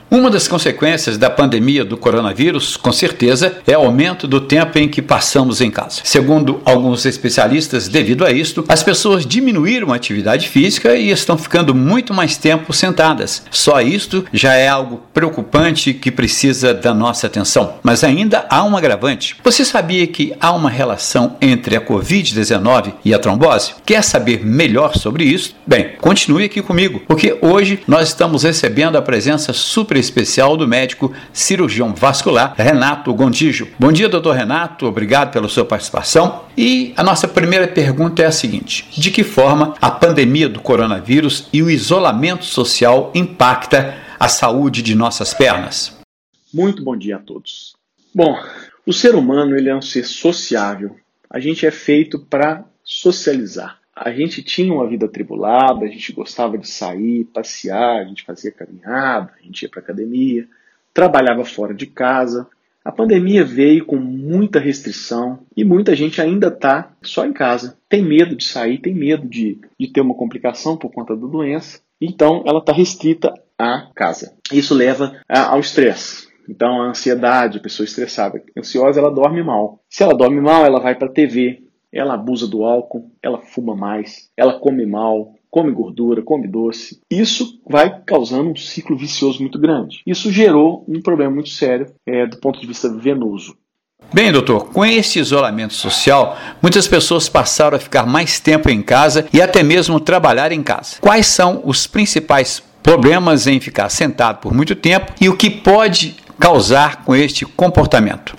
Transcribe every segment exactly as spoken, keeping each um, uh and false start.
Uma das consequências da pandemia do coronavírus, com certeza, é o aumento do tempo em que passamos em casa. Segundo alguns especialistas, devido a isto, as pessoas diminuíram a atividade física e estão ficando muito mais tempo sentadas. Só isto já é algo preocupante que precisa da nossa atenção. Mas ainda há um agravante. Você sabia que há uma relação entre a covid dezenove e a trombose? Quer saber melhor sobre isso? Bem, continue aqui comigo, porque hoje nós estamos recebendo a presença super especial do médico cirurgião vascular Renato Gontijo. Bom dia, doutor Renato, obrigado pela sua participação. E a nossa primeira pergunta é a seguinte: de que forma a pandemia do coronavírus e o isolamento social impacta a saúde de nossas pernas? Muito bom dia a todos. Bom, o ser humano ele é um ser sociável. A gente é feito para socializar. A gente tinha uma vida atribulada, a gente gostava de sair, passear, a gente fazia caminhada, a gente ia para academia, trabalhava fora de casa. A pandemia veio com muita restrição e muita gente ainda está só em casa. Tem medo de sair, tem medo de, de ter uma complicação por conta da doença. Então ela está restrita à casa. Isso leva a, ao estresse. Então a ansiedade, a pessoa estressada, ansiosa, ela dorme mal. Se ela dorme mal, ela vai para a T V. Ela abusa do álcool, ela fuma mais, ela come mal, come gordura, come doce. Isso vai causando um ciclo vicioso muito grande. Isso gerou um problema muito sério é, do ponto de vista venoso. Bem, doutor, com esse isolamento social, muitas pessoas passaram a ficar mais tempo em casa e até mesmo trabalhar em casa. Quais são os principais problemas em ficar sentado por muito tempo e o que pode causar com este comportamento?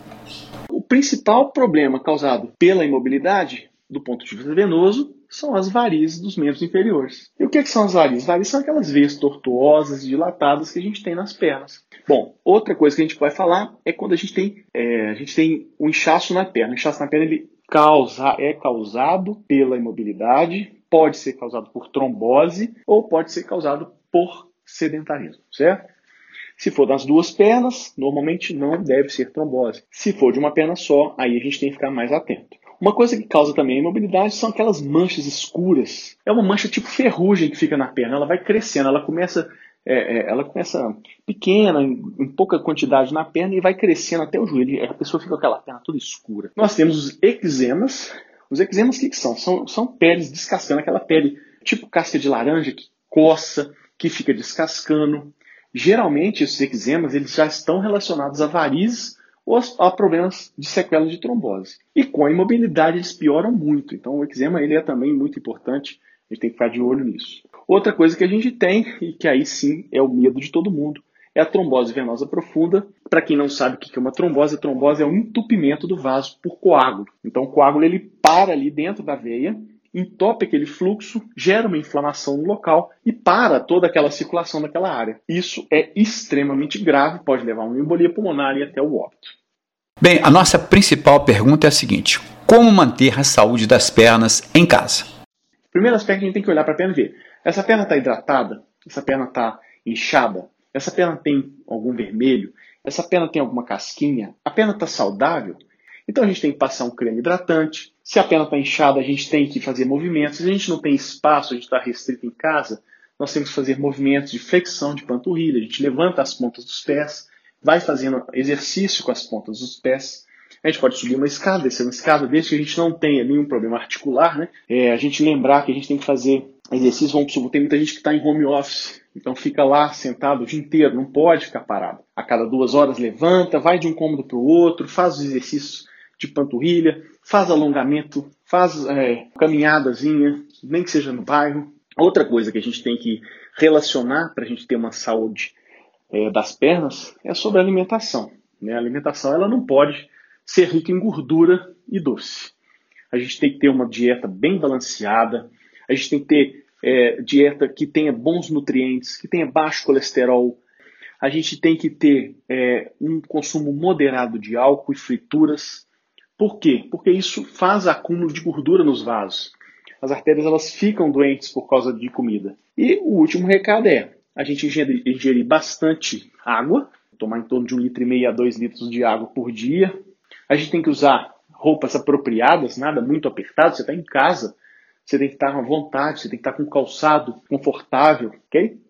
O principal problema causado pela imobilidade, do ponto de vista venoso, são as varizes dos membros inferiores. E o que, que são as varizes? Varizes são aquelas veias tortuosas e dilatadas que a gente tem nas pernas. Bom, outra coisa que a gente vai falar é quando a gente tem, é, a gente tem um inchaço na perna. O inchaço na perna ele causa, é causado pela imobilidade, pode ser causado por trombose ou pode ser causado por sedentarismo, certo? Se for das duas pernas, normalmente não deve ser trombose. Se for de uma perna só, aí a gente tem que ficar mais atento. Uma coisa que causa também a imobilidade são aquelas manchas escuras. É uma mancha tipo ferrugem que fica na perna. Ela vai crescendo, ela começa, é, é, ela começa pequena, em, em pouca quantidade na perna e vai crescendo até o joelho. A pessoa fica com aquela perna toda escura. Nós temos os eczemas. Os eczemas o que, que são? são? São peles descascando, aquela pele tipo casca de laranja que coça, que fica descascando. Geralmente, esses eczemas eles já estão relacionados a varizes ou a problemas de sequelas de trombose. E com a imobilidade eles pioram muito. Então o eczema ele é também muito importante, a gente tem que ficar de olho nisso. Outra coisa que a gente tem, e que aí sim é o medo de todo mundo, é a trombose venosa profunda. Para quem não sabe o que é uma trombose, a trombose é um entupimento do vaso por coágulo. Então o coágulo ele para ali dentro da veia, entope aquele fluxo, gera uma inflamação no local e para toda aquela circulação daquela área. Isso é extremamente grave, pode levar a uma embolia pulmonar e até o óbito. Bem, a nossa principal pergunta é a seguinte: como manter a saúde das pernas em casa? O primeiro aspecto que a gente tem que olhar para a perna e ver, essa perna está hidratada? Essa perna está inchada? Essa perna tem algum vermelho? Essa perna tem alguma casquinha? A perna está saudável? Então a gente tem que passar um creme hidratante. Se a perna está inchada, a gente tem que fazer movimentos. Se a gente não tem espaço, a gente está restrito em casa, nós temos que fazer movimentos de flexão de panturrilha. A gente levanta as pontas dos pés, vai fazendo exercício com as pontas dos pés. A gente pode subir uma escada, descer uma escada, desde que a gente não tenha nenhum problema articular, né? É, a gente lembrar que a gente tem que fazer exercício. Vamos supor, tem muita gente que está em home office, então fica lá sentado o dia inteiro, não pode ficar parado. A cada duas horas levanta, vai de um cômodo para o outro, faz os exercícios de panturrilha, faz alongamento, faz é, caminhadazinha, nem que seja no bairro. Outra coisa que a gente tem que relacionar para a gente ter uma saúde é, das pernas é sobre a alimentação. Né? A alimentação ela não pode ser rica em gordura e doce. A gente tem que ter uma dieta bem balanceada, a gente tem que ter é, dieta que tenha bons nutrientes, que tenha baixo colesterol. A gente tem que ter é, um consumo moderado de álcool e frituras. Por quê? Porque isso faz acúmulo de gordura nos vasos. As artérias elas ficam doentes por causa de comida. E o último recado é a gente ingerir, ingerir bastante água, tomar em torno de um litro e meio a dois litros de água por dia. A gente tem que usar roupas apropriadas, nada muito apertado. Você está em casa, você tem que estar à vontade, você tem que estar com um calçado confortável, ok?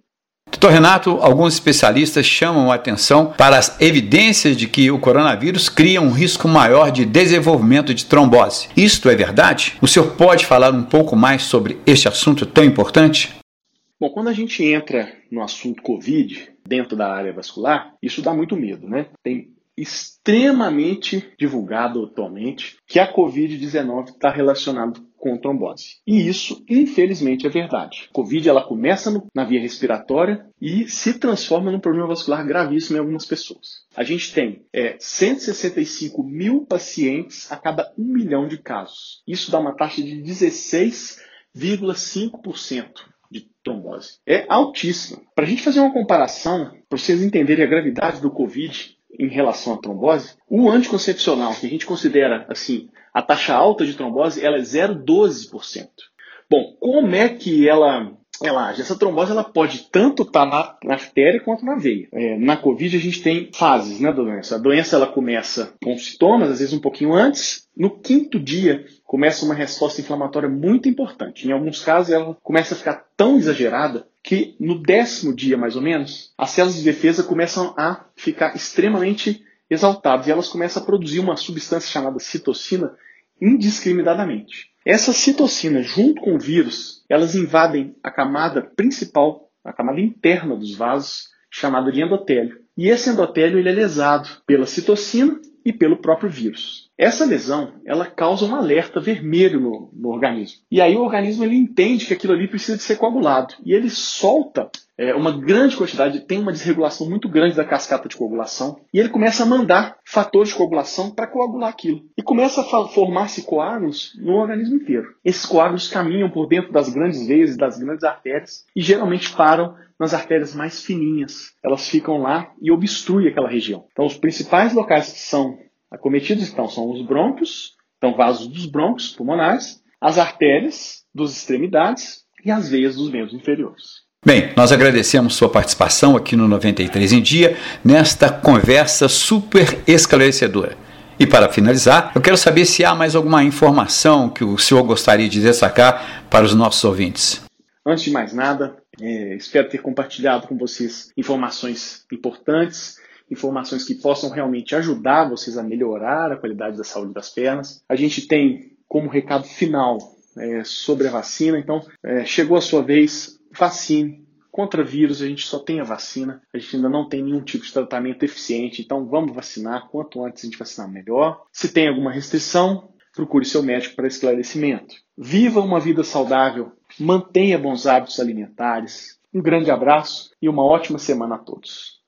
doutor Renato, alguns especialistas chamam a atenção para as evidências de que o coronavírus cria um risco maior de desenvolvimento de trombose. Isto é verdade? O senhor pode falar um pouco mais sobre este assunto tão importante? Bom, quando a gente entra no assunto Covid, dentro da área vascular, isso dá muito medo, né? Tem extremamente divulgado atualmente que a covid dezenove está relacionado com trombose. E isso, infelizmente, é verdade. A Covid ela começa no, na via respiratória e se transforma num problema vascular gravíssimo em algumas pessoas. A gente tem é, cento e sessenta e cinco mil pacientes a cada um milhão de casos. Isso dá uma taxa de dezesseis vírgula cinco por cento. De trombose. É altíssima. Para a gente fazer uma comparação, para vocês entenderem a gravidade do Covid em relação à trombose, o anticoncepcional, que a gente considera assim, a taxa alta de trombose, ela é zero vírgula doze por cento. Bom, como é que ela, ela age? Essa trombose ela pode tanto estar na, na artéria quanto na veia. É, na Covid a gente tem fases, né, da doença. A doença ela começa com sintomas, às vezes um pouquinho antes. No quinto dia, começa uma resposta inflamatória muito importante. Em alguns casos, ela começa a ficar tão exagerada que no décimo dia, mais ou menos, as células de defesa começam a ficar extremamente exaltadas e elas começam a produzir uma substância chamada citocina indiscriminadamente. Essa citocina, junto com o vírus, elas invadem a camada principal, a camada interna dos vasos, chamada de endotélio. E esse endotélio ele é lesado pela citocina e pelo próprio vírus. Essa lesão, ela causa um alerta vermelho no, no organismo. E aí o organismo ele entende que aquilo ali precisa de ser coagulado. E ele solta é, uma grande quantidade, tem uma desregulação muito grande da cascata de coagulação. E ele começa a mandar fatores de coagulação para coagular aquilo. E começa a formar-se coágulos no organismo inteiro. Esses coágulos caminham por dentro das grandes veias e das grandes artérias e geralmente param nas artérias mais fininhas. Elas ficam lá e obstruem aquela região. Então os principais locais que são acometidos então, são os brônquios, então vasos dos brônquios pulmonares, as artérias das extremidades e as veias dos membros inferiores. Bem, nós agradecemos sua participação aqui no noventa e três em Dia, nesta conversa super esclarecedora. E para finalizar, eu quero saber se há mais alguma informação que o senhor gostaria de destacar para os nossos ouvintes. Antes de mais nada, é, espero ter compartilhado com vocês informações importantes, informações que possam realmente ajudar vocês a melhorar a qualidade da saúde das pernas. A gente tem como recado final é, sobre a vacina, então é, chegou a sua vez, vacine. Contra vírus a gente só tem a vacina, a gente ainda não tem nenhum tipo de tratamento eficiente, então vamos vacinar, quanto antes a gente vacinar melhor. Se tem alguma restrição, procure seu médico para esclarecimento. Viva uma vida saudável, mantenha bons hábitos alimentares. Um grande abraço e uma ótima semana a todos.